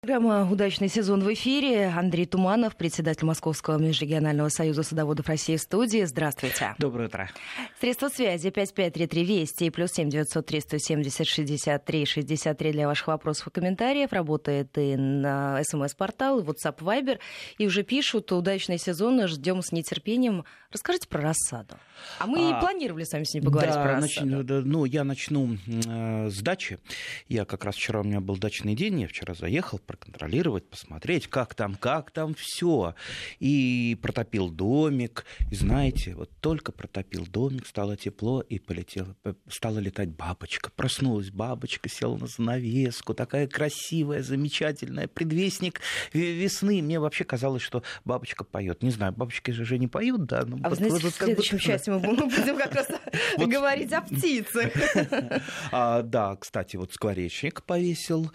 Программа «Удачный сезон» в эфире. Андрей Туманов, председатель Московского межрегионального союза садоводов России в студии. Здравствуйте. Доброе утро. Средства связи 553320 и +7 903 170 63 63 для ваших вопросов и комментариев. Работает и на СМС-портал, и WhatsApp, Viber. И уже пишут: удачный сезон, ждем с нетерпением. Расскажите про рассаду. А мы планировали с вами сегодня поговорить про рассаду. Я начну с дачи. Я как раз вчера, у меня был дачный день, я вчера заехал проконтролировать, посмотреть, как там все. И протопил домик. И знаете, вот только протопил домик, стало тепло, и стала летать бабочка. Проснулась бабочка, села на занавеску. Такая красивая, замечательная, предвестник весны. Мне вообще казалось, что бабочка поет. Не знаю, бабочки же не поют, да? А вы знаете, в следующем части мы будем как раз говорить о птицах. Да, кстати, вот скворечник повесил.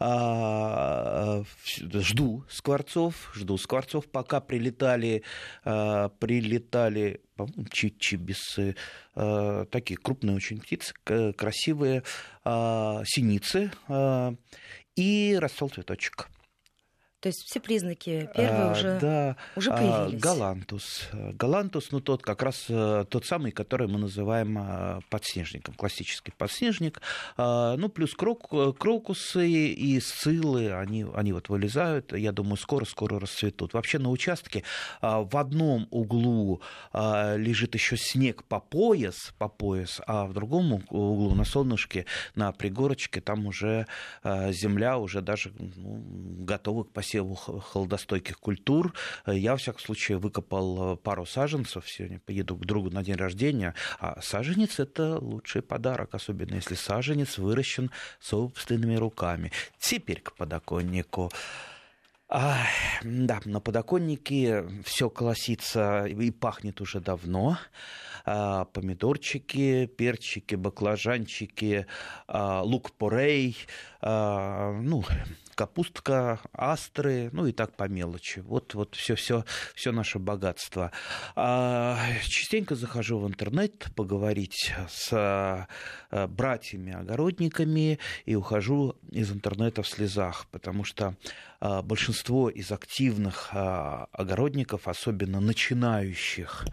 Жду скворцов, пока прилетали, по-моему, чибисы, такие крупные очень птицы, красивые, синицы, и расцвел цветочек. То есть все признаки первые уже появились. Галантус, ну тот как раз тот самый, который мы называем подснежником, классический подснежник. Ну плюс крокусы и сциллы, они вот вылезают, я думаю, скоро расцветут. Вообще на участке в одном углу лежит еще снег по пояс, а в другом углу на солнышке, на пригорочке, там уже земля уже даже готова к посеву холодостойких культур. Я, во всяком случае, выкопал пару саженцев. Сегодня поеду к другу на день рождения. А саженец — это лучший подарок, особенно если саженец выращен собственными руками. Теперь к подоконнику. Да, на подоконнике все колосится и пахнет уже давно. Помидорчики, перчики, баклажанчики, лук-порей, капустка, астры, и так по мелочи. Вот все наше богатство. Частенько захожу в интернет поговорить с братьями-огородниками и ухожу из интернета в слезах, потому что большинство из активных огородников, особенно начинающих,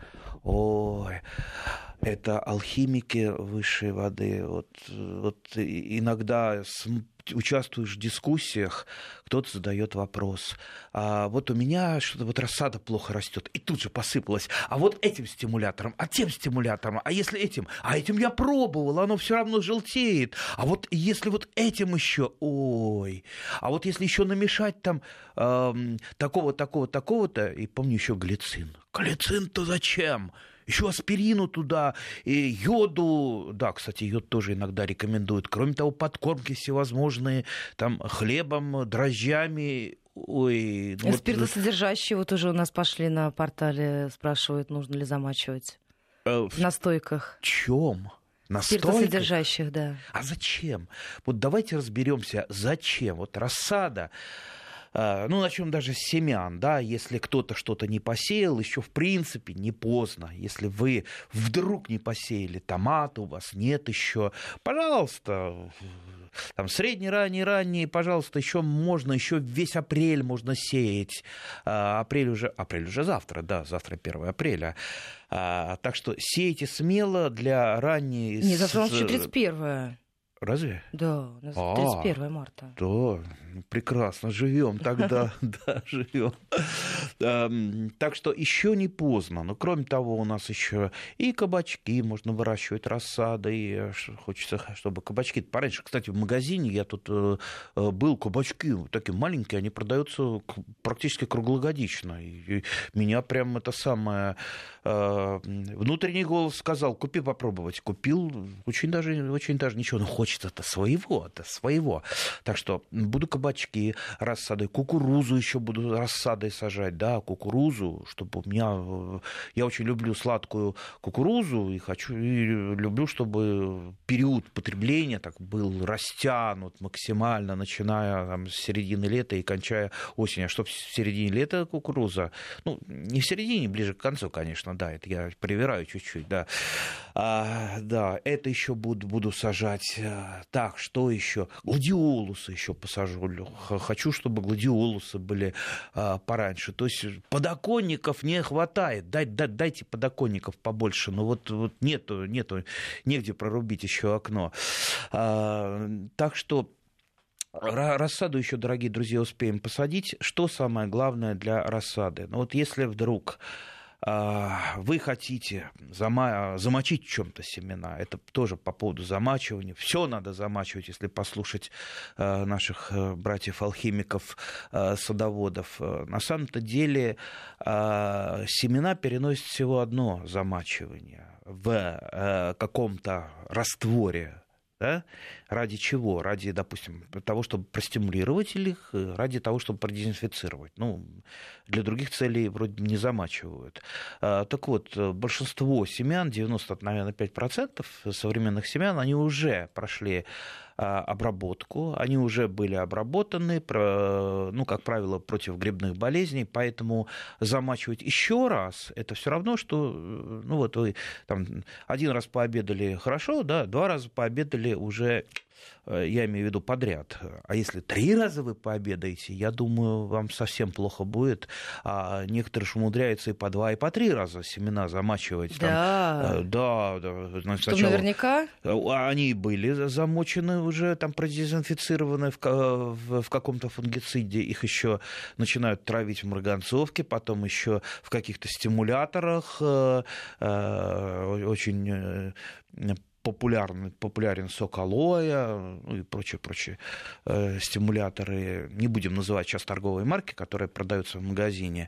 это алхимики высшей воды. Вот иногда участвуешь в дискуссиях, кто-то задает вопрос. Вот у меня что-то рассада плохо растет, и тут же посыпалось. А вот этим стимулятором, а тем стимулятором, а если этим? А этим я пробовал, оно все равно желтеет. А вот если вот этим еще, а вот если еще намешать там такого-то, и помню еще глицин. Глицин-то зачем? Еще аспирину туда, и йоду. Да, кстати, йод тоже иногда рекомендуют. Кроме того, подкормки всевозможные, там, хлебом, дрожжами. Спиртосодержащие вот уже у нас пошли на портале, спрашивают, нужно ли замачивать в настойках. В чем? Спиртосодержащих, да. А зачем? Вот давайте разберемся, зачем. Вот рассада. Начнем даже с семян, да, если кто-то что-то не посеял, еще в принципе не поздно. Если вы вдруг не посеяли томаты, у вас нет еще, пожалуйста, там средний, ранний, пожалуйста, еще весь апрель можно сеять. Апрель уже завтра, да, завтра 1 апреля. Так что сейте смело для ранней... Нет, завтра у нас еще 31-е. Разве? Да, у нас 31 марта. Да, прекрасно, живем тогда, да, живем. Так что еще не поздно. Но кроме того, у нас еще и кабачки можно выращивать рассадой. Хочется, чтобы кабачки пораньше. Кстати, в магазине я тут был, кабачки такие маленькие, они продаются практически круглогодично. И меня прям это самое внутренний голос сказал: купи попробовать. Купил, очень даже ничего, но хочется-то своего. Так что буду кабачки рассадой, кукурузу еще буду рассадой сажать, да, да, кукурузу, чтобы у меня... Я очень люблю сладкую кукурузу и люблю, чтобы период потребления так был растянут максимально, начиная там, с середины лета и кончая осенью. А чтобы в середине лета кукуруза, ну, не в середине, ближе к концу, конечно, да, это я привираю чуть-чуть, да. Да, это еще буду сажать. Так, что еще? Гладиолусы еще посажу. Хочу, чтобы гладиолусы были пораньше. То есть подоконников не хватает. Дайте подоконников побольше. Но вот нету, негде прорубить еще окно. Так что рассаду еще, дорогие друзья, успеем посадить. Что самое главное для рассады? Ну вот если вдруг вы хотите замочить в чем-то семена, это тоже по поводу замачивания. Все надо замачивать, если послушать наших братьев-алхимиков, садоводов. На самом-то деле семена переносят всего одно замачивание в каком-то растворе. Да? Ради чего? Ради, допустим, того, чтобы простимулировать их, ради того, чтобы продезинфицировать. Ну, для других целей вроде не замачивают. Так вот, большинство семян, 95% современных семян, они уже прошли обработку, они уже были обработаны, ну, как правило, против грибных болезней, поэтому замачивать еще раз, это все равно, что, ну, вот вы там один раз пообедали хорошо, да, 2 раза пообедали уже, я имею в виду подряд. А если 3 раза вы пообедаете, я думаю, вам совсем плохо будет. А некоторые же умудряются и по 2, и по 3 раза семена замачивать. Да. Да. Значит, что наверняка? Они были замочены уже, там продезинфицированы в каком-то фунгициде. Их еще начинают травить в марганцовке, потом еще в каких-то стимуляторах. Очень популярен сок алоэ, ну и прочие стимуляторы. Не будем называть сейчас торговые марки, которые продаются в магазине.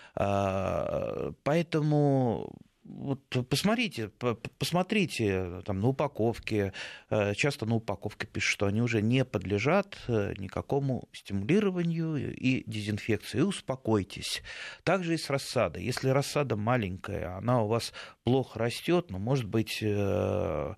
Поэтому вот посмотрите там, на упаковке. Часто на упаковке пишут, что они уже не подлежат никакому стимулированию и дезинфекции. И успокойтесь. Также и с рассадой. Если рассада маленькая, она у вас плохо растет, но, может быть, ее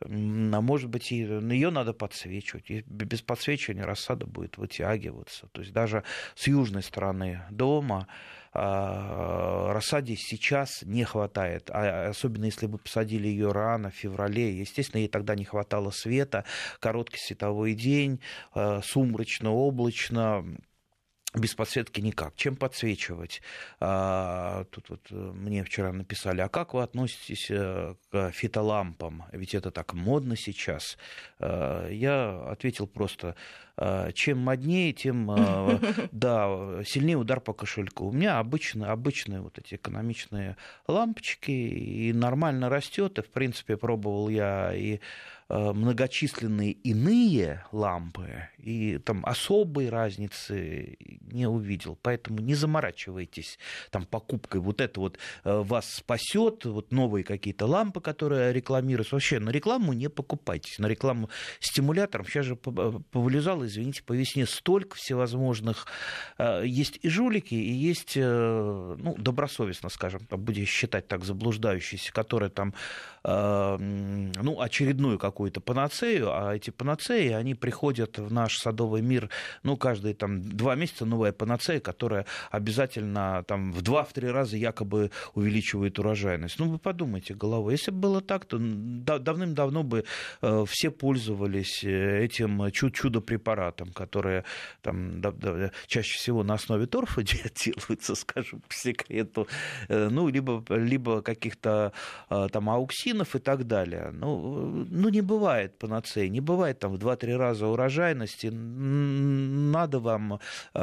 надо подсвечивать. И без подсвечивания рассада будет вытягиваться. То есть даже с южной стороны дома рассаде сейчас не хватает, особенно если вы посадили ее рано, в феврале. Естественно, ей тогда не хватало света, короткий световой день, сумрачно, облачно. Без подсветки никак. Чем подсвечивать? Тут вот мне вчера написали, а как вы относитесь к фитолампам? Ведь это так модно сейчас. Я ответил просто, чем моднее, тем сильнее удар по кошельку. У меня обычные вот эти экономичные лампочки, и нормально растет. И, в принципе, пробовал я и многочисленные иные лампы, и там особой разницы не увидел. Поэтому не заморачивайтесь там покупкой. Вот это вот вас спасет. Вот новые какие-то лампы, которые рекламируются. Вообще на рекламу не покупайтесь. На рекламу стимуляторов сейчас же повылезало, извините, по весне столько всевозможных. Есть и жулики, и есть, добросовестно, скажем, будем считать так, заблуждающиеся, которые там очередную какую-то панацею, а эти панацеи, они приходят в наш садовый мир, каждые 2 месяца новая панацея, которая обязательно в 2-3 раза якобы увеличивает урожайность. Вы подумайте головой, если бы было так, то давным-давно бы все пользовались этим чудо-препаратом, которое чаще всего на основе торфа делается, скажем, по секрету, либо каких-то ауксинов и так далее. Не бывает панацеи, не бывает в 2-3 раза урожайности. Надо вам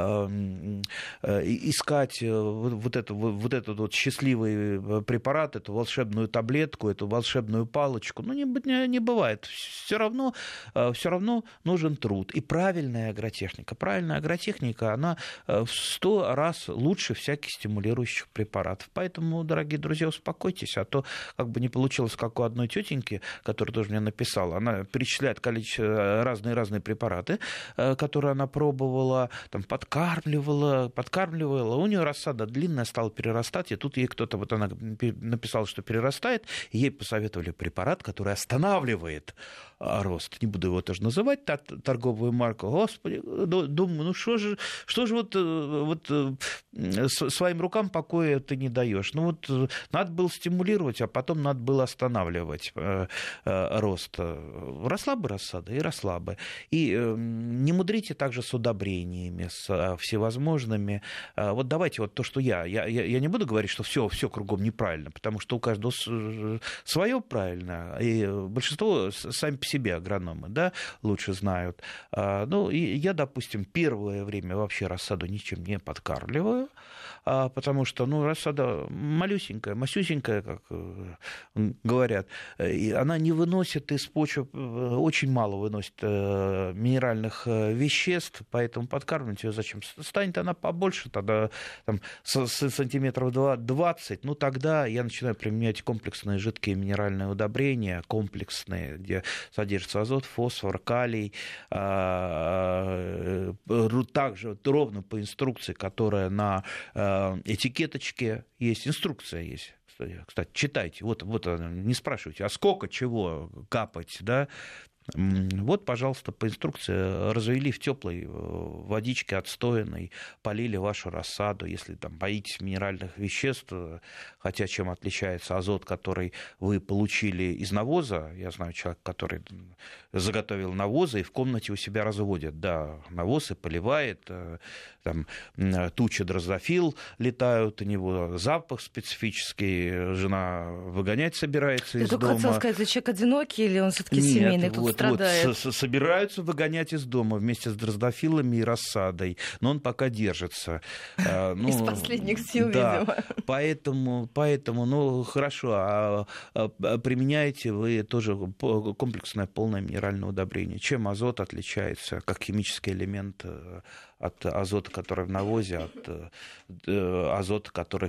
искать вот этот счастливый препарат, эту волшебную таблетку, эту волшебную палочку. Не бывает. Все равно нужен труд. И правильная агротехника. Правильная агротехника, она в 100 раз лучше всяких стимулирующих препаратов. Поэтому, дорогие друзья, успокойтесь, а то как бы не получилось, как у одной тетеньки, которая тоже мне написала. Она перечисляет количество разные препараты, которые она пробовала, там, подкармливала. У нее рассада длинная, стала перерастать, и тут ей кто-то, вот она написала, что перерастает, и ей посоветовали препарат, который останавливает рост. Не буду его тоже называть, торговую марку. Господи, думаю, ну что же вот своим рукам покоя ты не даешь. Ну вот надо было стимулировать, а потом надо было останавливать рост. Росла бы рассада, и росла бы. И не мудрите также с удобрениями, с всевозможными. Вот давайте вот то, что я не буду говорить, что все кругом неправильно, потому что у каждого свое правильно, и большинство сами по себе агрономы, да, лучше знают. Ну, и я, допустим, первое время вообще рассаду ничем не подкармливаю, потому что, ну, рассада малюсенькая, масюсенькая, как говорят, и она не выносит из почвы, очень мало выносит минеральных веществ, поэтому подкармливать ее зачем? Станет она побольше, тогда там, сантиметров 20, ну, тогда я начинаю применять комплексные жидкие минеральные удобрения, комплексные, где содержится азот, фосфор, калий, также ровно по инструкции, которая на этикеточке есть, инструкция есть. Кстати, читайте, вот не спрашивайте, а сколько чего капать, да? Вот, пожалуйста, по инструкции развели в теплой водичке отстоянной, полили вашу рассаду. Если там боитесь минеральных веществ, хотя чем отличается азот, который вы получили из навоза, я знаю человека, который заготовил навозы и в комнате у себя разводит, да, навоз и поливает, там тучи дрозофил летают у него, запах специфический, жена выгонять собирается из дома. Я хотела сказать, это человек одинокий или он все-таки семейный, кто-то страдает? Собираются выгонять из дома вместе с дрозофилами и рассадой, но он пока держится. Из последних сил, видимо. Поэтому, ну, хорошо, применяете вы тоже комплексное полное минеральное удобрение. Чем азот отличается как химический элемент от азота, который в навозе, от азота, который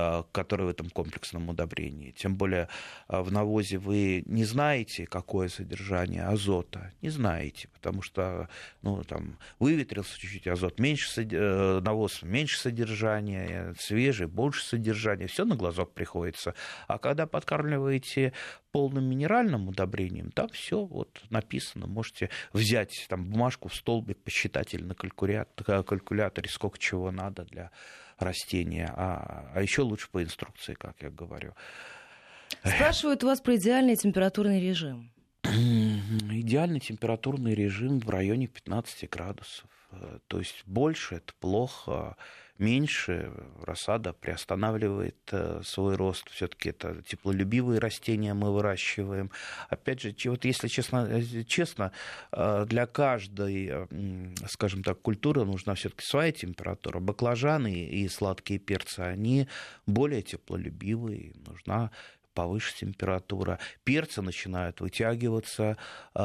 в этом комплексном удобрении. Тем более в навозе вы не знаете, какое содержание азота. Не знаете, потому что там, выветрился чуть-чуть азот, навоз меньше содержания, свежий, больше содержания. Все на глазок приходится. А когда подкармливаете полным минеральным удобрением, там все вот написано. Можете взять там бумажку в столбик, посчитать или на калькуляторе, сколько чего надо для растения. А еще лучше по инструкции, как я говорю. Спрашивают у вас про идеальный температурный режим. Идеальный температурный режим в районе 15 градусов. То есть больше — это плохо, меньше рассада приостанавливает свой рост. Все-таки это теплолюбивые растения мы выращиваем. Опять же, вот если честно, для каждой, скажем так, культуры нужна все-таки своя температура. Баклажаны и сладкие перцы, они более теплолюбивые, нужна повыше температура. Перцы начинают вытягиваться,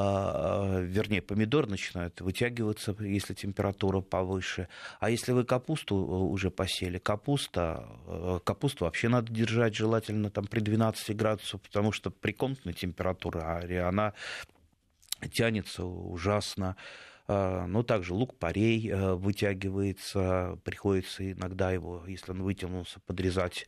вернее, помидоры начинают вытягиваться, если температура повыше. А если вы капусту уже посели, капусту вообще надо держать желательно там при 12 градусах, потому что при комнатной температуре она тянется ужасно. Но также лук-порей вытягивается, приходится иногда его, если он вытянулся, подрезать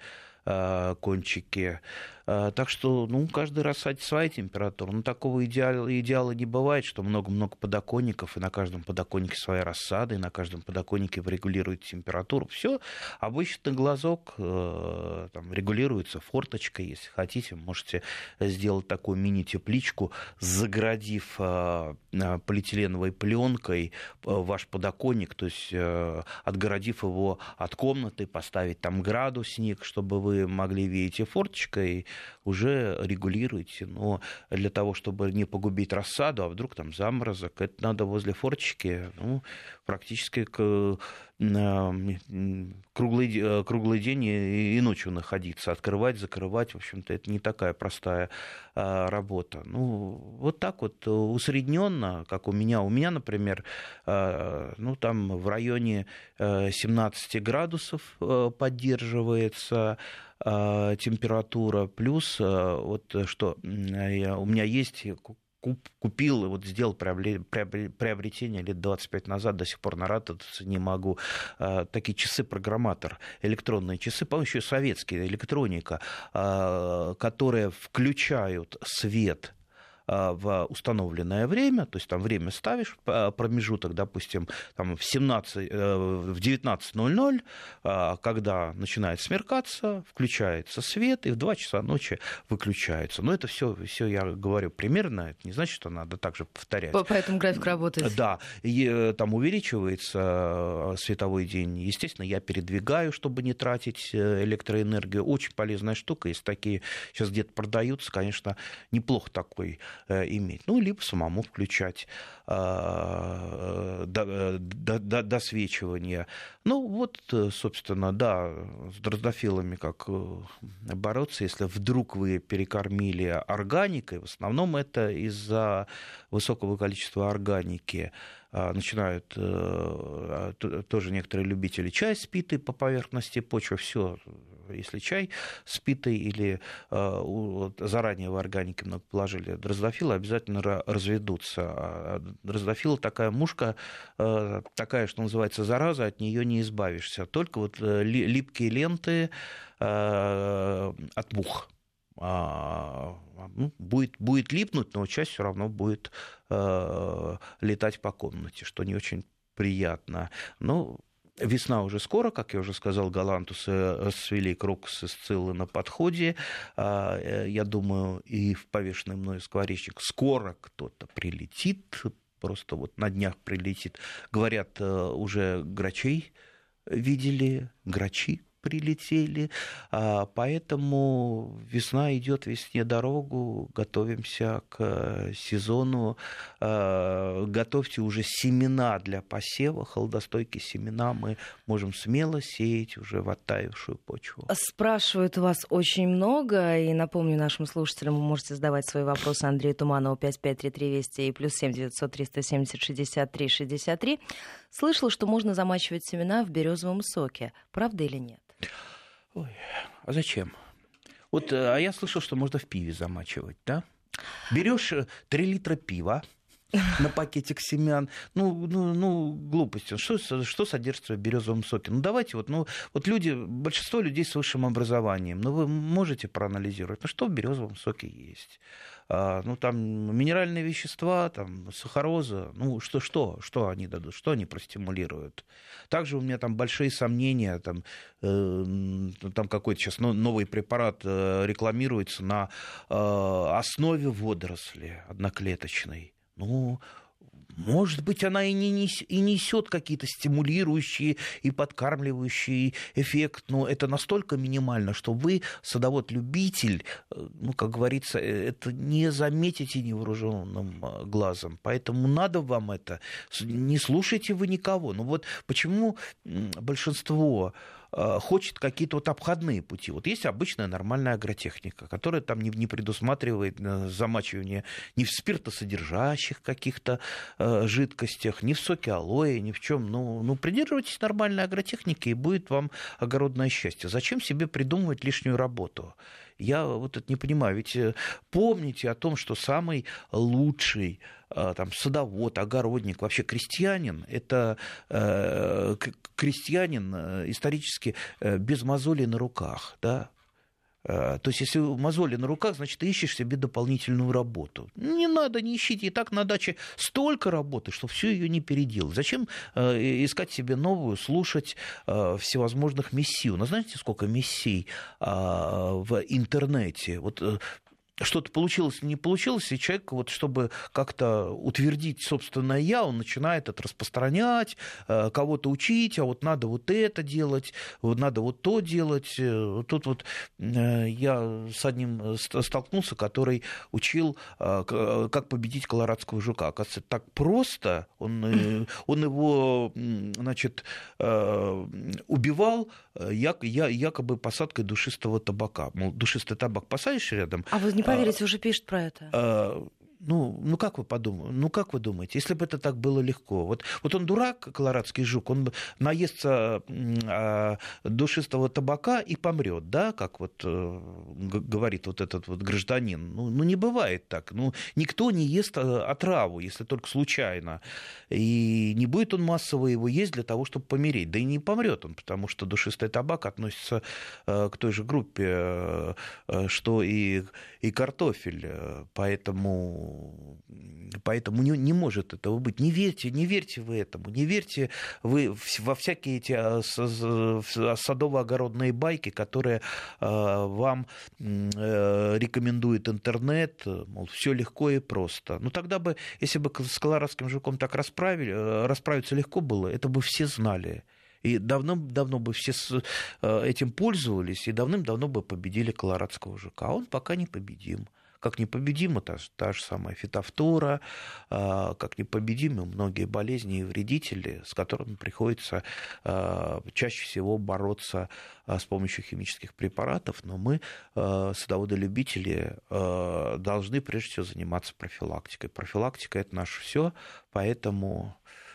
кончики. Так что, каждый рассадит своя температура. Но такого идеала не бывает, что много-много подоконников, и на каждом подоконнике своя рассада, и на каждом подоконнике вы регулируете температуру. Все обычный глазок там, регулируется форточкой. Если хотите, можете сделать такую мини-тепличку, загородив полиэтиленовой пленкой ваш подоконник, то есть отгородив его от комнаты, поставить там градусник, чтобы вы могли видеть, и форточкой уже регулируете. Но для того, чтобы не погубить рассаду, а вдруг там заморозок, это надо возле форточки практически круглый день и ночью находиться, открывать, закрывать. В общем-то, это не такая простая работа. Вот так вот усредненно, как у меня. У меня, например, там в районе 17 градусов поддерживается. температура, плюс вот что у меня есть... Купил, вот сделал приобретение лет 25 назад, до сих пор нарадоваться не могу. Такие часы-программатор, электронные часы, по-моему, еще советские, электроника, которые включают свет в установленное время, то есть там время ставишь, промежуток, допустим, там в 19:00, когда начинает смеркаться, включается свет, и в 2 часа ночи выключается. Но это все я говорю примерно, это не значит, что надо также повторять. По этому графику работает. Да, и там увеличивается световой день. Естественно, я передвигаю, чтобы не тратить электроэнергию. Очень полезная штука, если такие сейчас где-то продаются, конечно, неплохо такой иметь. Ну, либо самому включать досвечивание. Ну, вот, собственно, да, с дрозофилами как бороться, если вдруг вы перекормили органикой, в основном это из-за высокого количества органики. Начинают тоже некоторые любители чай с питой по поверхности почвы, все. Если чай с питой или заранее в органике много положили дрозофилы, обязательно разведутся. Дрозофила такая мушка, такая, что называется, зараза, от нее не избавишься. Только вот липкие ленты от мух. Будет липнуть, но часть все равно будет летать по комнате, что не очень приятно. Ну, весна уже скоро, как я уже сказал, галантусы расцвели, крокусы, сциллы на подходе. Я думаю, и в повешенный мною скворечник скоро кто-то прилетит, просто вот на днях прилетит. Говорят, уже грачей видели, грачи прилетели, поэтому весна идет весне дорогу, готовимся к сезону, готовьте уже семена для посева, холодостойкие семена мы можем смело сеять уже в оттаившую почву. Спрашивают вас очень много, и напомню нашим слушателям, вы можете задавать свои вопросы Андрею Туманову 553320 и +7 900 370 63 63. Слышала, что можно замачивать семена в березовом соке. Правда или нет? Ой, а зачем? Вот, а я слышал, что можно в пиве замачивать, да? Берешь 3 литра пива на пакетик семян. Ну, глупости. Что содержится в березовом соке? Ну, давайте вот люди, большинство людей с высшим образованием, вы можете проанализировать, что в березовом соке есть? Там минеральные вещества, там сахароза, что они дадут, что они простимулируют. Также у меня там большие сомнения, там какой-то сейчас новый препарат рекламируется на основе водоросли одноклеточной. Может быть, она и несет какие-то стимулирующие и подкармливающие эффект, но это настолько минимально, что вы, садовод-любитель, как говорится, это не заметите невооруженным глазом. Поэтому надо вам это. Не слушайте вы никого. Почему большинство хочет какие-то обходные пути. Есть обычная нормальная агротехника, которая там не предусматривает замачивание ни в спиртосодержащих каких-то жидкостях, ни в соке алоэ, ни в чем. Придерживайтесь нормальной агротехники, и будет вам огородное счастье. Зачем себе придумывать лишнюю работу? Я это не понимаю. Ведь помните о том, что самый лучший садовод, огородник, вообще крестьянин, это крестьянин исторически без мозолей на руках, да? То есть, если мозоли на руках, значит, ты ищешь себе дополнительную работу. Не надо, не ищите. И так на даче столько работы, что всю ее не переделать. Зачем искать себе новую, слушать всевозможных мессий? Знаете, сколько мессий в интернете? Что-то получилось, не получилось, и человек, чтобы как-то утвердить собственное «я», он начинает это распространять, кого-то учить, надо это делать, надо то делать. Тут я с одним столкнулся, который учил, как победить колорадского жука. Оказывается, так просто, он его, убивал якобы посадкой душистого табака. Душистый табак посадишь рядом... А вы не поверите, уже пишет про это. Ну, как вы подумаете? Ну, как вы думаете, если бы это так было легко? Вот он дурак, колорадский жук, он наестся душистого табака и помрет, да, как вот говорит вот этот вот гражданин. Ну, не бывает так. Ну, никто не ест отраву, если только случайно. И не будет он массово его есть для того, чтобы помереть. Да и не помрет он, потому что душистый табак относится к той же группе, что и картофель. Поэтому не может этого быть. Не верьте вы этому. Не верьте вы во всякие эти садово-огородные байки, которые вам рекомендует интернет. Мол, все легко и просто. Ну, тогда бы, если бы с колорадским жуком так расправиться легко было, это бы все знали. И давно бы все этим пользовались, и давным-давно бы победили колорадского жука. А он пока непобедим. Как непобедима та же самая фитофтора, как непобедимы многие болезни и вредители, с которыми приходится чаще всего бороться с помощью химических препаратов. Но мы, садоводы-любители, должны прежде всего заниматься профилактикой. Профилактика – это наше все, поэтому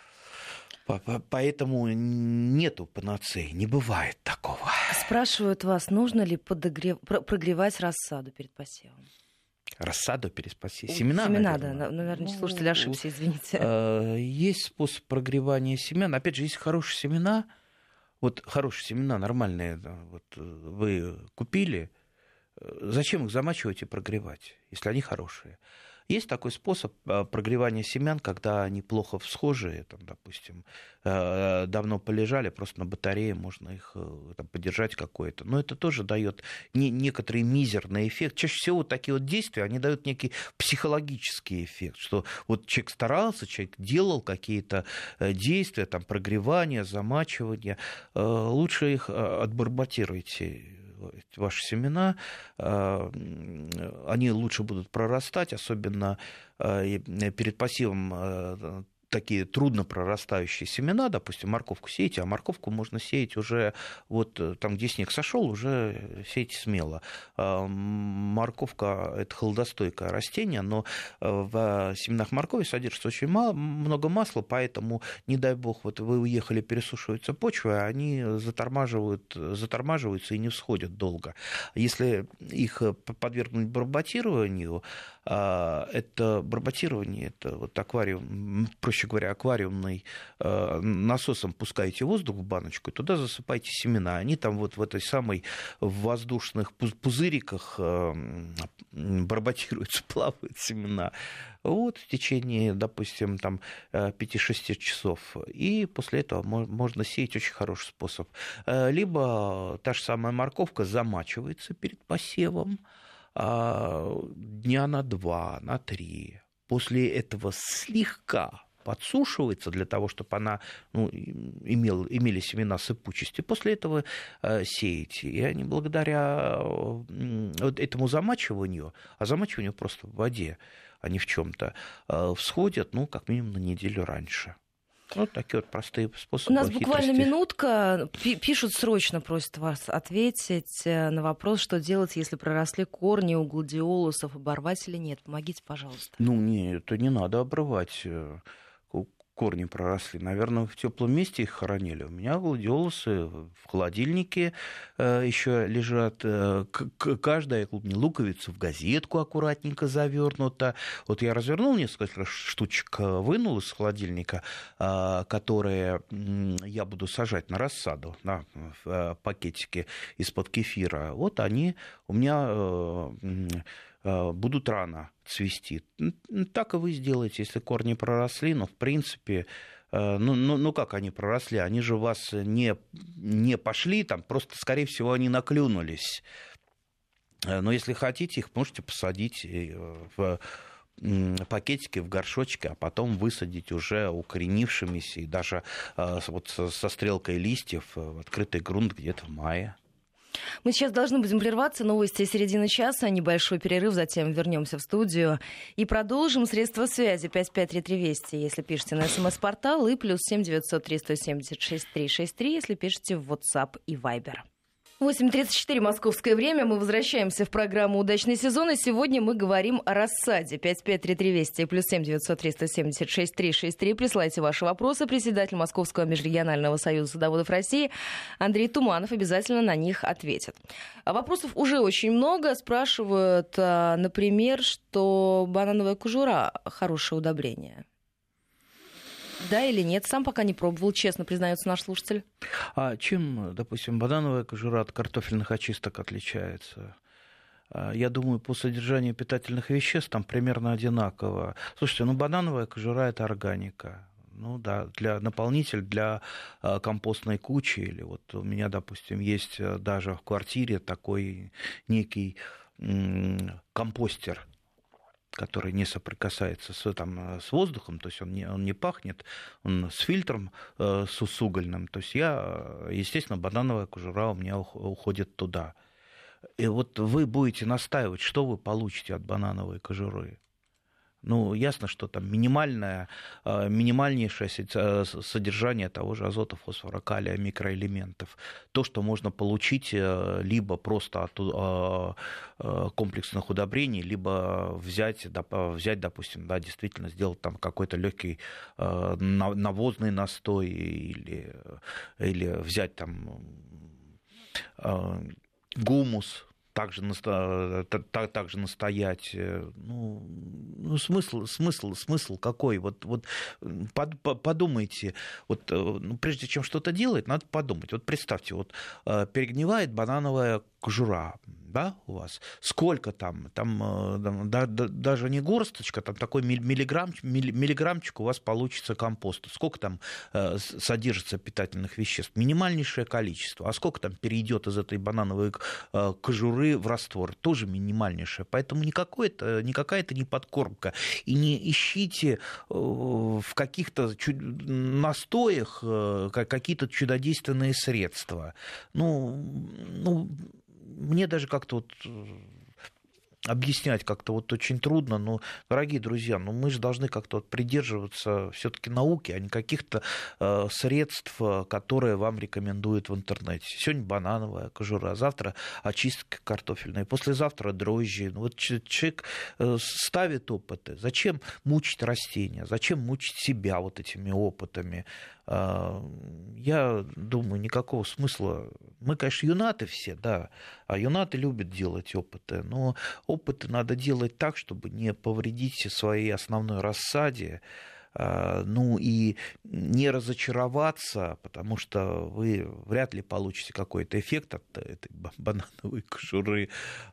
нету панацеи, не бывает такого. Спрашивают вас, нужно ли прогревать рассаду перед посевом? Рассаду перед посевом? Семена, да. Наверное, слушатель ошибся, извините. Есть способ прогревания семян. Опять же, есть хорошие семена. Вот хорошие семена, нормальные, вот вы купили. Зачем их замачивать и прогревать, если они хорошие? Есть такой способ прогревания семян, когда они плохо всхожие, там, допустим, давно полежали, просто на батарее можно их там подержать какое-то. Но это тоже дает некоторый мизерный эффект. Чаще всего вот такие вот действия, они дают некий психологический эффект, что вот человек старался, человек делал какие-то действия, там, прогревания, замачивания. Лучше их отбарботируйте. Ваши семена, они лучше будут прорастать, особенно перед посевом такие трудно прорастающие семена, допустим, морковку сеете, а морковку можно сеять уже вот там, где снег сошел, уже сеять смело. Морковка – это холодостойкое растение, но в семенах моркови содержится очень много масла, поэтому, не дай бог, вот вы уехали, пересушивается почва, они затормаживаются и не всходят долго. Если их подвергнуть барботированию, это барботирование, это вот аквариум, проще говоря, аквариумный, насосом пускаете воздух в баночку, и туда засыпаете семена. Они там вот в этой самой воздушных пузыриках барботируются, плавают семена. Вот в течение, допустим, там 5-6 часов. И после этого можно сеять. Очень хороший способ. Либо та же самая морковка замачивается перед посевом дня на 2, на 3. После этого слегка подсушивается для того, чтобы она имели семена сыпучести. После этого сеете. И они благодаря вот этому замачиванию, а замачиванию просто в воде, а не в чем-то, всходят, как минимум на неделю раньше. Вот такие вот простые способы. У нас буквально минутка. Пишут, срочно просят вас ответить на вопрос, что делать, если проросли корни у гладиолусов, оборвать или нет. Помогите, пожалуйста. Нет, это не надо обрывать. Корни проросли. Наверное, в теплом месте их хоронили. У меня гладиолусы в холодильнике еще лежат. Каждая луковица в газетку аккуратненько завернута. Вот я развернул несколько штучек, вынул из холодильника, которые я буду сажать на рассаду, в пакетике из-под кефира. Вот они у меня будут рано цвести. Так и вы сделаете, если корни проросли, но в принципе, как они проросли? Они же у вас не пошли, там просто, скорее всего, они наклюнулись. Но если хотите, их можете посадить в пакетики, в горшочки, а потом высадить уже укоренившимися и даже вот со стрелкой листьев в открытый грунт где-то в мае. Мы сейчас должны будем прерваться. Новости середины часа, небольшой перерыв, затем вернемся в студию и продолжим. Средства связи 553320, если пишете на СМС-портал, и +7 903 176 363, если пишете в WhatsApp и Viber. 8:34 московское время. Мы возвращаемся в программу «Удачный сезон». И сегодня мы говорим о рассаде. 553320 и +7 903 176 363. Присылайте ваши вопросы. Председатель Московского межрегионального союза садоводов России Андрей Туманов обязательно на них ответит. А вопросов уже очень много. Спрашивают, например, что банановая кожура – хорошее удобрение. Да или нет? Сам пока не пробовал, честно признается наш слушатель. А чем, допустим, банановая кожура от картофельных очисток отличается? Я думаю, по содержанию питательных веществ там примерно одинаково. Слушайте, банановая кожура – это органика. Ну да, наполнитель для компостной кучи. Или вот у меня, допустим, есть даже в квартире такой некий компостер, который не соприкасается с воздухом, то есть он не пахнет, он с фильтром, с угольным. То есть естественно, банановая кожура у меня уходит туда. И вот вы будете настаивать, что вы получите от банановой кожуры. Ясно, что там минимальнейшее содержание того же азота, фосфора, калия, микроэлементов. То, что можно получить либо просто от комплексных удобрений, либо взять, допустим, действительно сделать там какой-то легкий навозный настой или взять там гумус. Также настоять. Смысл какой? Вот подумайте, прежде чем что-то делать, надо подумать. Вот представьте, перегнивает банановая кожура, да, у вас. Сколько там даже не горсточка, там такой миллиграммчик у вас получится компоста. Сколько там содержится питательных веществ? Минимальнейшее количество. А сколько там перейдет из этой банановой кожуры в раствор? Тоже минимальнейшее. Поэтому никакая-то не подкормка. И не ищите в каких-то настоях какие-то чудодейственные средства. Мне даже как-то объяснять как-то очень трудно, но, дорогие друзья, мы же должны как-то придерживаться все-таки науки, а не каких-то средств, которые вам рекомендуют в интернете. Сегодня банановая кожура, завтра очистка картофельная, послезавтра дрожжи. Человек ставит опыты. Зачем мучить растения? Зачем мучить себя этими опытами? Я думаю, никакого смысла. Мы, конечно, юнаты все, да, а юнаты любят делать опыты, но опыты надо делать так, чтобы не повредить своей основной рассаде, и не разочароваться, потому что вы вряд ли получите какой-то эффект от этой банановой кожуры,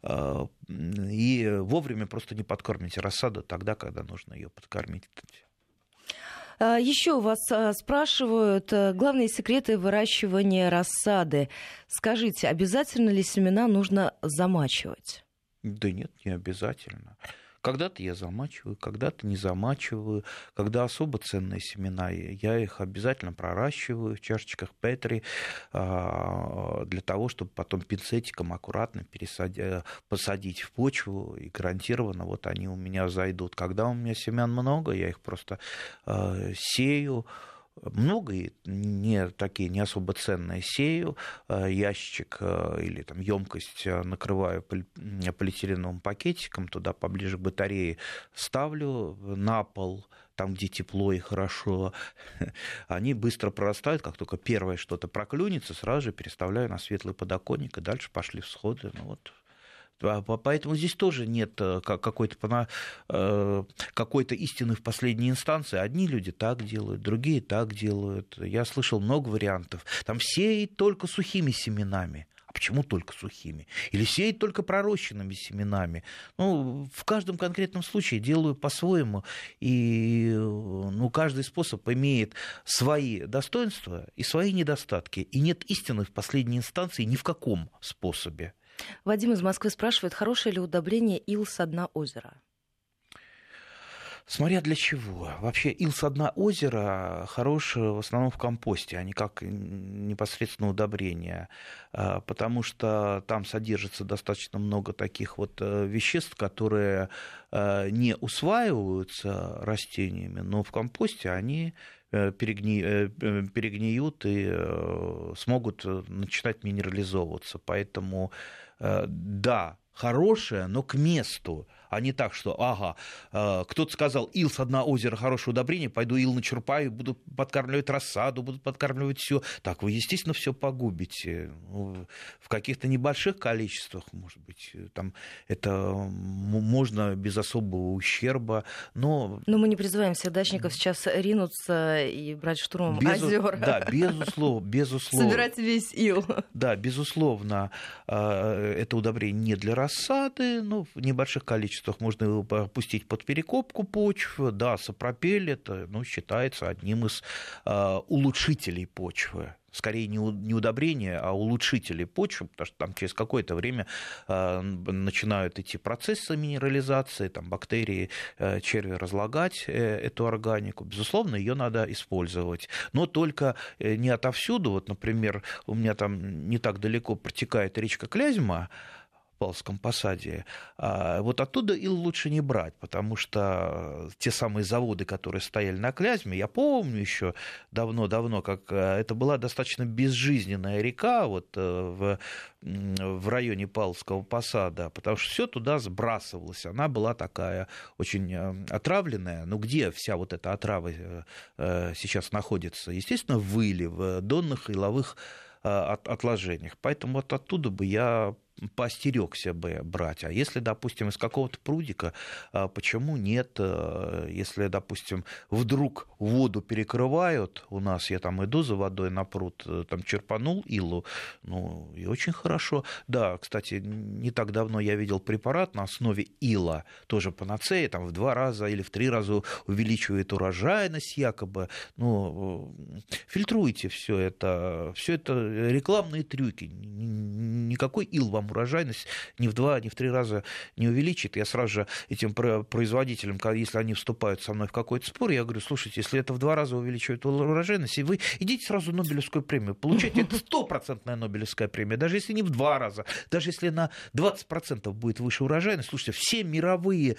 и вовремя просто не подкормите рассаду тогда, когда нужно ее подкормить. Еще вас спрашивают главные секреты выращивания рассады. Скажите, обязательно ли семена нужно замачивать? Да нет, не обязательно. Когда-то я замачиваю, когда-то не замачиваю. Когда особо ценные семена, я их обязательно проращиваю в чашечках Петри для того, чтобы потом пинцетиком аккуратно посадить в почву, и гарантированно они у меня зайдут. Когда у меня семян много, я их просто сею. Много и не особо ценные сею, ящичек или емкость накрываю полиэтиленовым пакетиком, туда поближе к батарее ставлю на пол, там, где тепло и хорошо. Они быстро прорастают, как только первое что-то проклюнется, сразу же переставляю на светлый подоконник, и дальше пошли всходы. Поэтому здесь тоже нет какой-то истины в последней инстанции. Одни люди так делают, другие так делают. Я слышал много вариантов. Там сеять только сухими семенами. А почему только сухими? Или сеять только пророщенными семенами? В каждом конкретном случае делаю по-своему. И каждый способ имеет свои достоинства и свои недостатки. И нет истины в последней инстанции ни в каком способе. Вадим из Москвы спрашивает, хорошее ли удобрение ил со дна озера? Смотря для чего. Вообще ил со дна озера хорош в основном в компосте, а не как непосредственно удобрение, потому что там содержится достаточно много таких веществ, которые не усваиваются растениями, но в компосте они перегниют и смогут начинать минерализовываться. Поэтому, да, хорошее, но к месту, а не так, что, кто-то сказал, ил с дна озера хорошее удобрение, пойду ил начерпаю, буду подкармливать рассаду, буду подкармливать все. Так вы, естественно, все погубите. В каких-то небольших количествах, может быть, там это можно без особого ущерба, но... Но мы не призываем всех дачников сейчас ринуться и брать штурмом озера. Да, безусловно. Собирать весь ил. Да, безусловно, это удобрение не для рассады, но в небольших количествах можно его опустить под перекопку почв. Да, сапропель это, считается одним из улучшителей почвы. Скорее не удобрение, а улучшители почвы, потому что там через какое-то время начинают идти процессы минерализации, там бактерии, черви разлагать эту органику. Безусловно, ее надо использовать, но только не отовсюду. Вот, например, у меня там не так далеко протекает речка Клязьма, в Павловском посаде, вот оттуда ил лучше не брать, потому что те самые заводы, которые стояли на Клязьме, я помню еще давно-давно, как это была достаточно безжизненная река вот в районе Павловского посада, потому что все туда сбрасывалось, она была такая очень отравленная. Ну где вся вот эта отрава сейчас находится? Естественно, в иле, в донных иловых отложениях. Поэтому вот оттуда бы я поостерегся бы брать. А если, допустим, из какого-то прудика, почему нет? Если, допустим, вдруг воду перекрывают, у нас я там иду за водой на пруд, там черпанул илу, и очень хорошо. Да, кстати, не так давно я видел препарат на основе ила, тоже панацея, там в 2 раза или в 3 раза увеличивает урожайность якобы. Фильтруйте все это рекламные трюки. Никакой ил вам урожайность ни в 2, ни в 3 раза не увеличит. Я сразу же этим производителям, если они вступают со мной в какой-то спор, я говорю, слушайте, если это в 2 раза увеличивает урожайность, вы идите сразу Нобелевскую премию, получайте, это 100% Нобелевская премия, даже если не в 2 раза, даже если на 20% будет выше урожайность. Слушайте, все мировые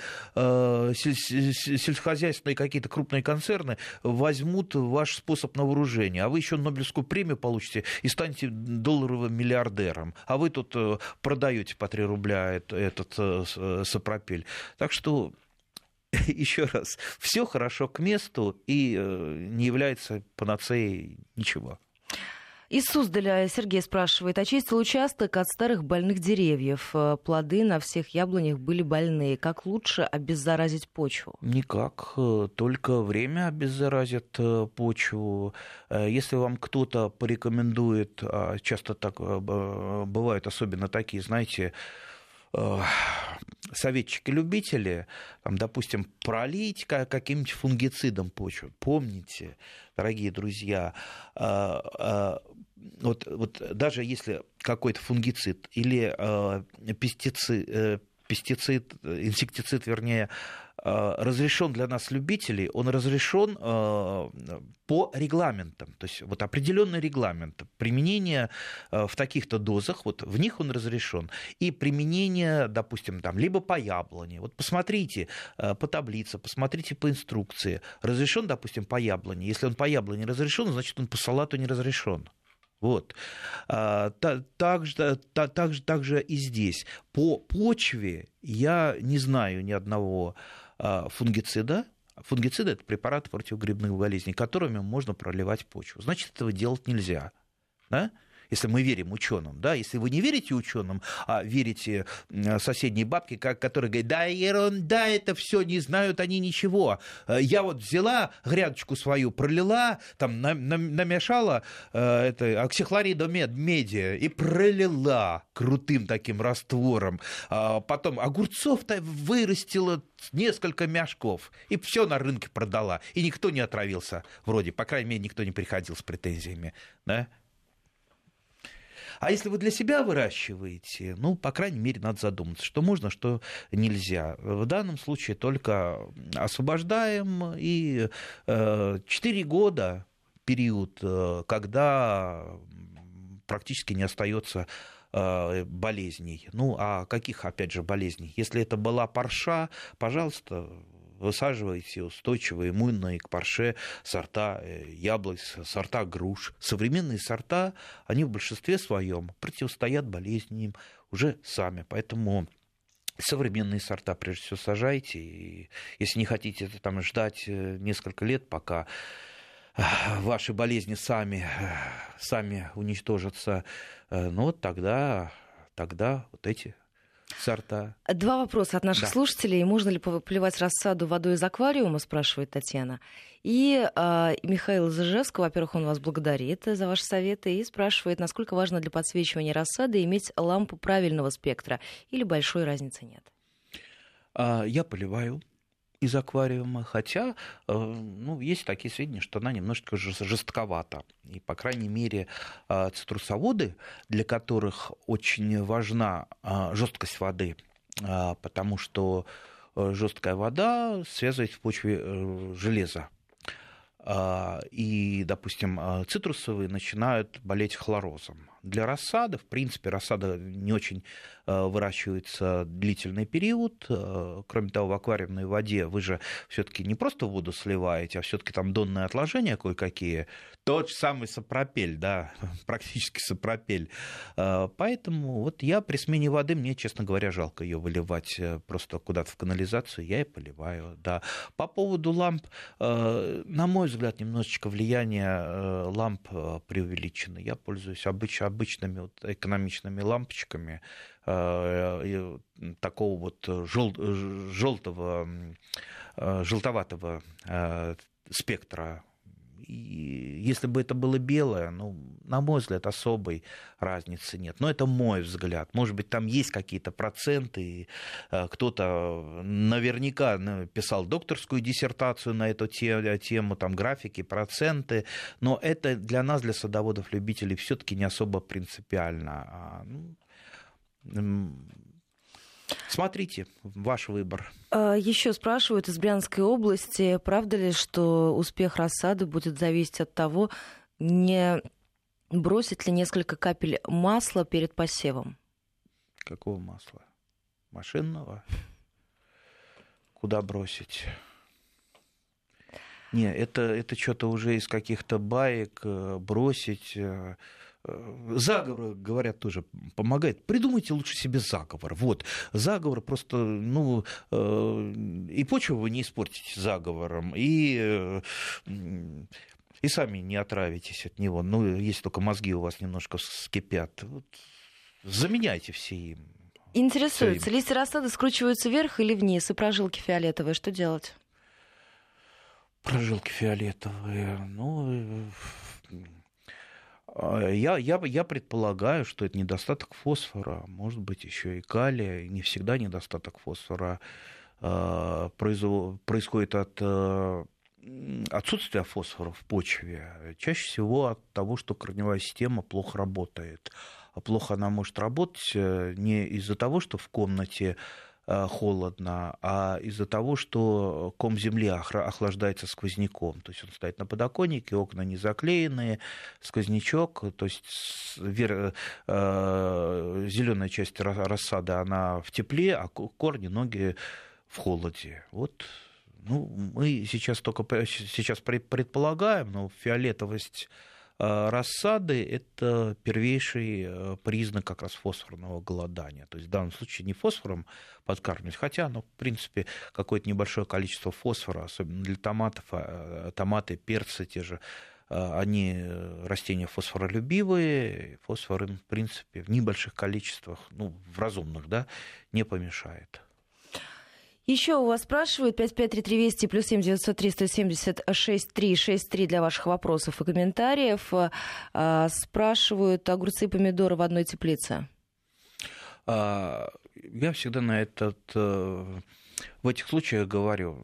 сельскохозяйственные какие-то крупные концерны возьмут ваш способ на вооружение, а вы еще Нобелевскую премию получите и станете долларовым миллиардером, а вы тут продаете по 3 рубля этот сапропель. Так что, еще раз, все хорошо к месту и не является панацеей ничего. Из Суздаля Сергей спрашивает, очистил участок от старых больных деревьев. Плоды на всех яблонях были больные. Как лучше обеззаразить почву? Никак, только время обеззаразит почву. Если вам кто-то порекомендует, часто так бывают, особенно такие, знаете, советчики-любители, там, допустим, пролить каким-нибудь фунгицидом почву. Помните, дорогие друзья, вот даже если какой-то фунгицид или инсектицид, вернее, разрешен для нас, любителей, он разрешен по регламентам, то есть вот определенный регламент применения в таких-то дозах, вот в них он разрешен, и применение, допустим, там, либо по яблоне, вот посмотрите по таблице, посмотрите по инструкции, разрешен, допустим, по яблоне, если он по яблоне разрешен, значит, он по салату не разрешен. Вот. Также и здесь. По почве я не знаю ни одного фунгицида. Фунгициды – это препараты против грибных болезней, которыми можно проливать почву. Значит, этого делать нельзя. Да? Если мы верим ученым, да, если вы не верите ученым, а верите соседней бабке, которая говорит, да ерунда, это все, не знают они ничего. Я вот взяла грядочку свою, пролила, там намешала оксихлоридом меди и пролила крутым таким раствором. Потом огурцов-то вырастила несколько мешков и все на рынке продала. И никто не отравился, вроде, по крайней мере, никто не приходил с претензиями, да. А если вы для себя выращиваете, по крайней мере, надо задуматься, что можно, что нельзя. В данном случае только освобождаем, и 4 года период, когда практически не остается болезней. А каких, опять же, болезней? Если это была парша, пожалуйста, высаживаете устойчивые, иммунные к парше сорта яблок, сорта груш. Современные сорта, они в большинстве своем противостоят болезням уже сами. Поэтому современные сорта, прежде всего, сажайте. И если не хотите там ждать несколько лет, пока ваши болезни сами уничтожатся, ну вот тогда вот эти сорта. Два вопроса от наших слушателей. Можно ли поливать рассаду водой из аквариума, спрашивает Татьяна. И Михаил из Ижевска, во-первых, он вас благодарит за ваши советы и спрашивает, насколько важно для подсвечивания рассады иметь лампу правильного спектра или большой разницы нет? Я поливаю из аквариума, хотя есть такие сведения, что она немножечко жестковата. И, по крайней мере, цитрусоводы, для которых очень важна жесткость воды, потому что жесткая вода связывает в почве железо. И, допустим, цитрусовые начинают болеть хлорозом. Для рассады, в принципе, рассада не очень выращивается длительный период. Кроме того, в аквариумной воде вы же все-таки не просто воду сливаете, а все-таки там донные отложения кое-какие. Тот же самый сапропель, да, практически сапропель. Поэтому вот я при смене воды, мне, честно говоря, жалко ее выливать просто куда-то в канализацию, я и поливаю, да. По поводу ламп, на мой взгляд, немножечко влияние ламп преувеличено. Я пользуюсь обычными вот экономичными лампочками такого вот желтоватого спектра. И если бы это было белое, на мой взгляд, особой разницы нет. Но это мой взгляд. Может быть, там есть какие-то проценты, и кто-то наверняка писал докторскую диссертацию на эту тему, там графики, проценты, но это для нас, для садоводов-любителей, все-таки не особо принципиально. Смотрите, ваш выбор. Еще спрашивают из Брянской области, правда ли, что успех рассады будет зависеть от того, не бросить ли несколько капель масла перед посевом? Какого масла? Машинного? Куда бросить? Не, это что-то уже из каких-то баек бросить. Заговор, говорят, тоже помогает. Придумайте лучше себе заговор. Вот. Заговор просто, и почву вы не испортите заговором, и сами не отравитесь от него. Если только мозги у вас немножко вскипят. Вот. Заменяйте все им. Интересуется, листья рассады скручиваются вверх или вниз, и прожилки фиолетовые. Что делать? Прожилки фиолетовые, Я предполагаю, что это недостаток фосфора, может быть, еще и калия. Не всегда недостаток фосфора происходит от отсутствия фосфора в почве. Чаще всего от того, что корневая система плохо работает. А плохо она может работать не из-за того, что в комнате холодно, а из-за того, что ком земли охлаждается сквозняком. То есть он стоит на подоконнике, окна не заклеенные, сквознячок, то есть зеленая часть рассады, она в тепле, а корни, ноги в холоде. Вот. Мы сейчас предполагаем, но фиолетовость рассады – это первейший признак как раз фосфорного голодания. То есть в данном случае не фосфором подкармливать, хотя, в принципе, какое-то небольшое количество фосфора, особенно для томатов, томаты, перцы те же, они растения фосфоролюбивые, фосфор им, в принципе, в небольших количествах, в разумных, да, не помешает. Еще у вас спрашивают 553320 плюс 7 903 170 6363 для ваших вопросов и комментариев. Спрашивают огурцы и помидоры в одной теплице. Я всегда в этих случаях говорю,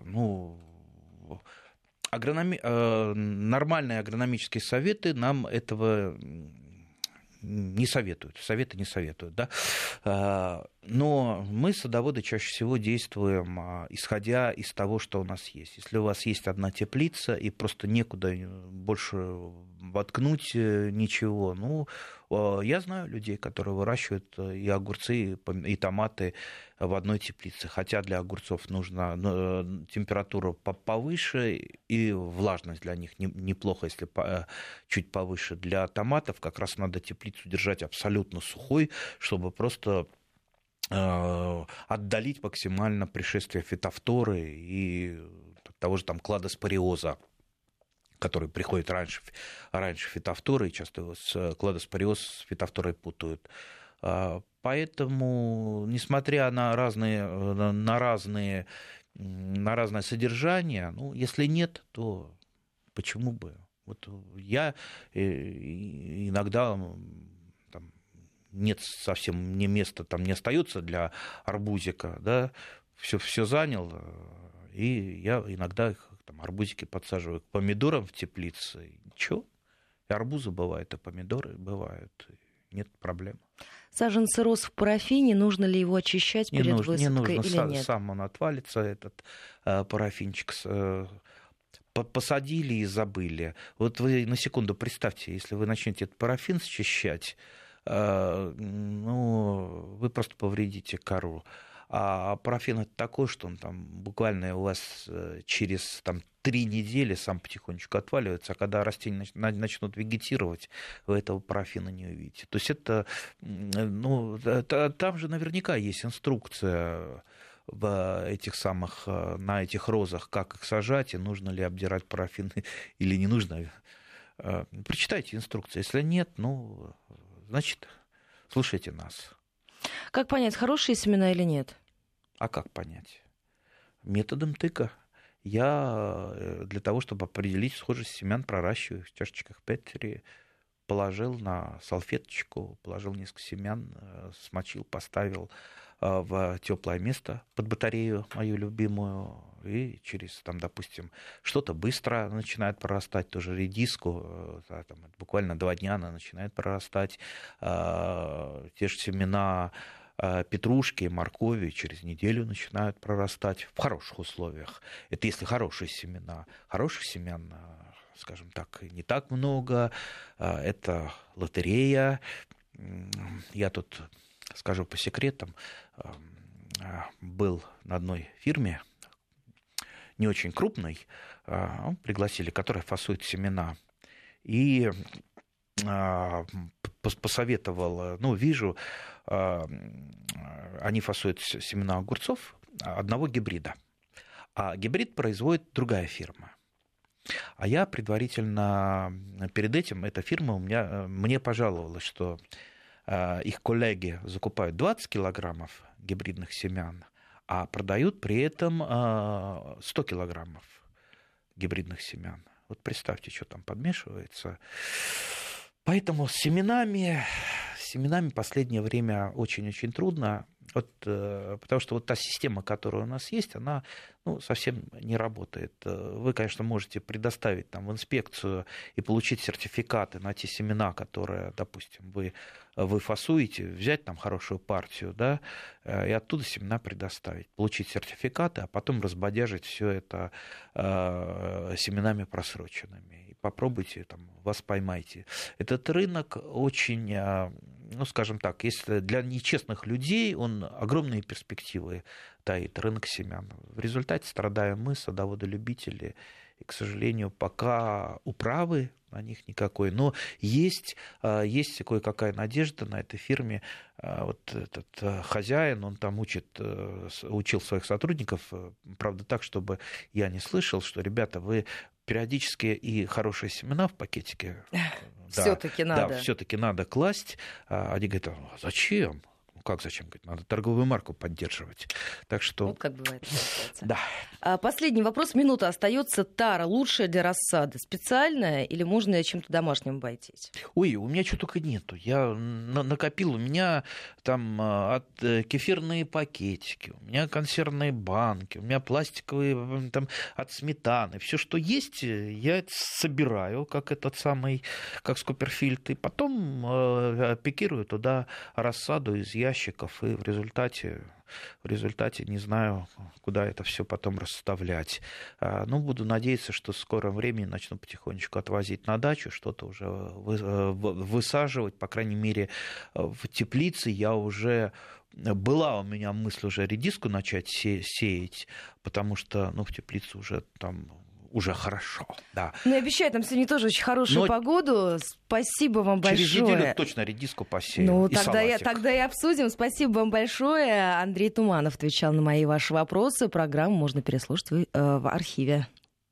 нормальные агрономические советы нам этого не советуют. Советы не советуют, да. Но мы, садоводы, чаще всего действуем, исходя из того, что у нас есть. Если у вас есть одна теплица и просто некуда больше воткнуть ничего, я знаю людей, которые выращивают и огурцы, и томаты в одной теплице. Хотя для огурцов нужна температура повыше, и влажность для них неплохо, если чуть повыше. Для томатов как раз надо теплицу держать абсолютно сухой, чтобы просто отдалить максимально пришествие фитофторы и того же там кладоспориоза, который приходит раньше фитофторы, и часто кладоспориоз с фитофторой путают. Поэтому, несмотря на разное содержание, если нет, то почему бы? Вот я иногда нет совсем мне места, там не остается для арбузика, да, все занял, и я иногда арбузики подсаживаю к помидорам в теплице, ничего, и арбузы бывают, и помидоры бывают, нет проблем. Саженцы роз в парафине, нужно ли его очищать перед высадкой или нет? Сам он отвалится, этот парафинчик. Посадили и забыли. Вот вы на секунду представьте, если вы начнете этот парафин счищать, вы просто повредите кору. А парафин это такой, что он там буквально у вас через 3 недели сам потихонечку отваливается, а когда растения начнут вегетировать, вы этого парафина не увидите. То есть это, там же наверняка есть инструкция на этих розах, как их сажать, и нужно ли обдирать парафин или не нужно. Прочитайте инструкцию. Если нет, значит, слушайте нас. Как понять, хорошие семена или нет? А как понять? Методом тыка. Я для того, чтобы определить схожесть семян, проращиваю в чашечках Петри, положил на салфеточку, положил несколько семян, смочил, поставил в теплое место под батарею мою любимую, и через, допустим, что-то быстро начинает прорастать, тоже редиску, буквально 2 дня она начинает прорастать, те же семена петрушки, моркови через неделю начинают прорастать в хороших условиях. Это если хорошие семена. Хороших семян, скажем так, не так много. Это лотерея. Я тут скажу по секретам. Был на одной фирме, не очень крупной, пригласили, которая фасует семена. И посоветовал, вижу, они фасуют семена огурцов одного гибрида, а гибрид производит другая фирма. А я предварительно, перед этим, эта фирма мне пожаловалась, что их коллеги закупают 20 килограммов гибридных семян, а продают при этом 100 килограммов гибридных семян. Вот представьте, что там подмешивается. Поэтому с семенами в последнее время очень-очень трудно, потому что та система, которая у нас есть, она совсем не работает. Вы, конечно, можете предоставить в инспекцию и получить сертификаты на те семена, которые, допустим, вы фасуете, взять хорошую партию, да, и оттуда семена предоставить, получить сертификаты, а потом разбодяжить все это семенами просроченными. И попробуйте, вас поймайте. Этот рынок очень, скажем так, если для нечестных людей он огромные перспективы таит, рынок семян. В результате страдаем мы, садоводы-любители, и, к сожалению, пока управы на них никакой. Но есть кое-какая надежда на этой фирме. Вот этот хозяин, он там учил своих сотрудников, правда так, чтобы я не слышал, что, ребята, вы периодически и хорошие семена в пакетике все-таки надо. Да, все-таки надо класть. Они говорят, зачем? Как зачем? Говорит, надо торговую марку поддерживать. Так что... Вот как бывает. Да. Последний вопрос. Минута остается. Тара лучшая для рассады? Специальная или можно чем-то домашним обойтись? Ой, у меня что только нету. Я накопил. У меня там кефирные пакетики, у меня консервные банки, у меня пластиковые от сметаны. Все, что есть, я это собираю, как как скуперфильд, и потом пикирую туда рассаду из яиц, ящиков, и в результате не знаю, куда это все потом расставлять. Буду надеяться, что в скором времени начну потихонечку отвозить на дачу, что-то уже высаживать, по крайней мере, в теплице я уже... Была у меня мысль уже редиску начать сеять, потому что в теплице уже там... Уже хорошо, да. Ну, обещаю, там сегодня тоже очень хорошую погоду. Спасибо вам большое. Через неделю точно редиску посеем. Тогда и обсудим. Спасибо вам большое. Андрей Туманов отвечал на мои и ваши вопросы. Программу можно переслушать в архиве.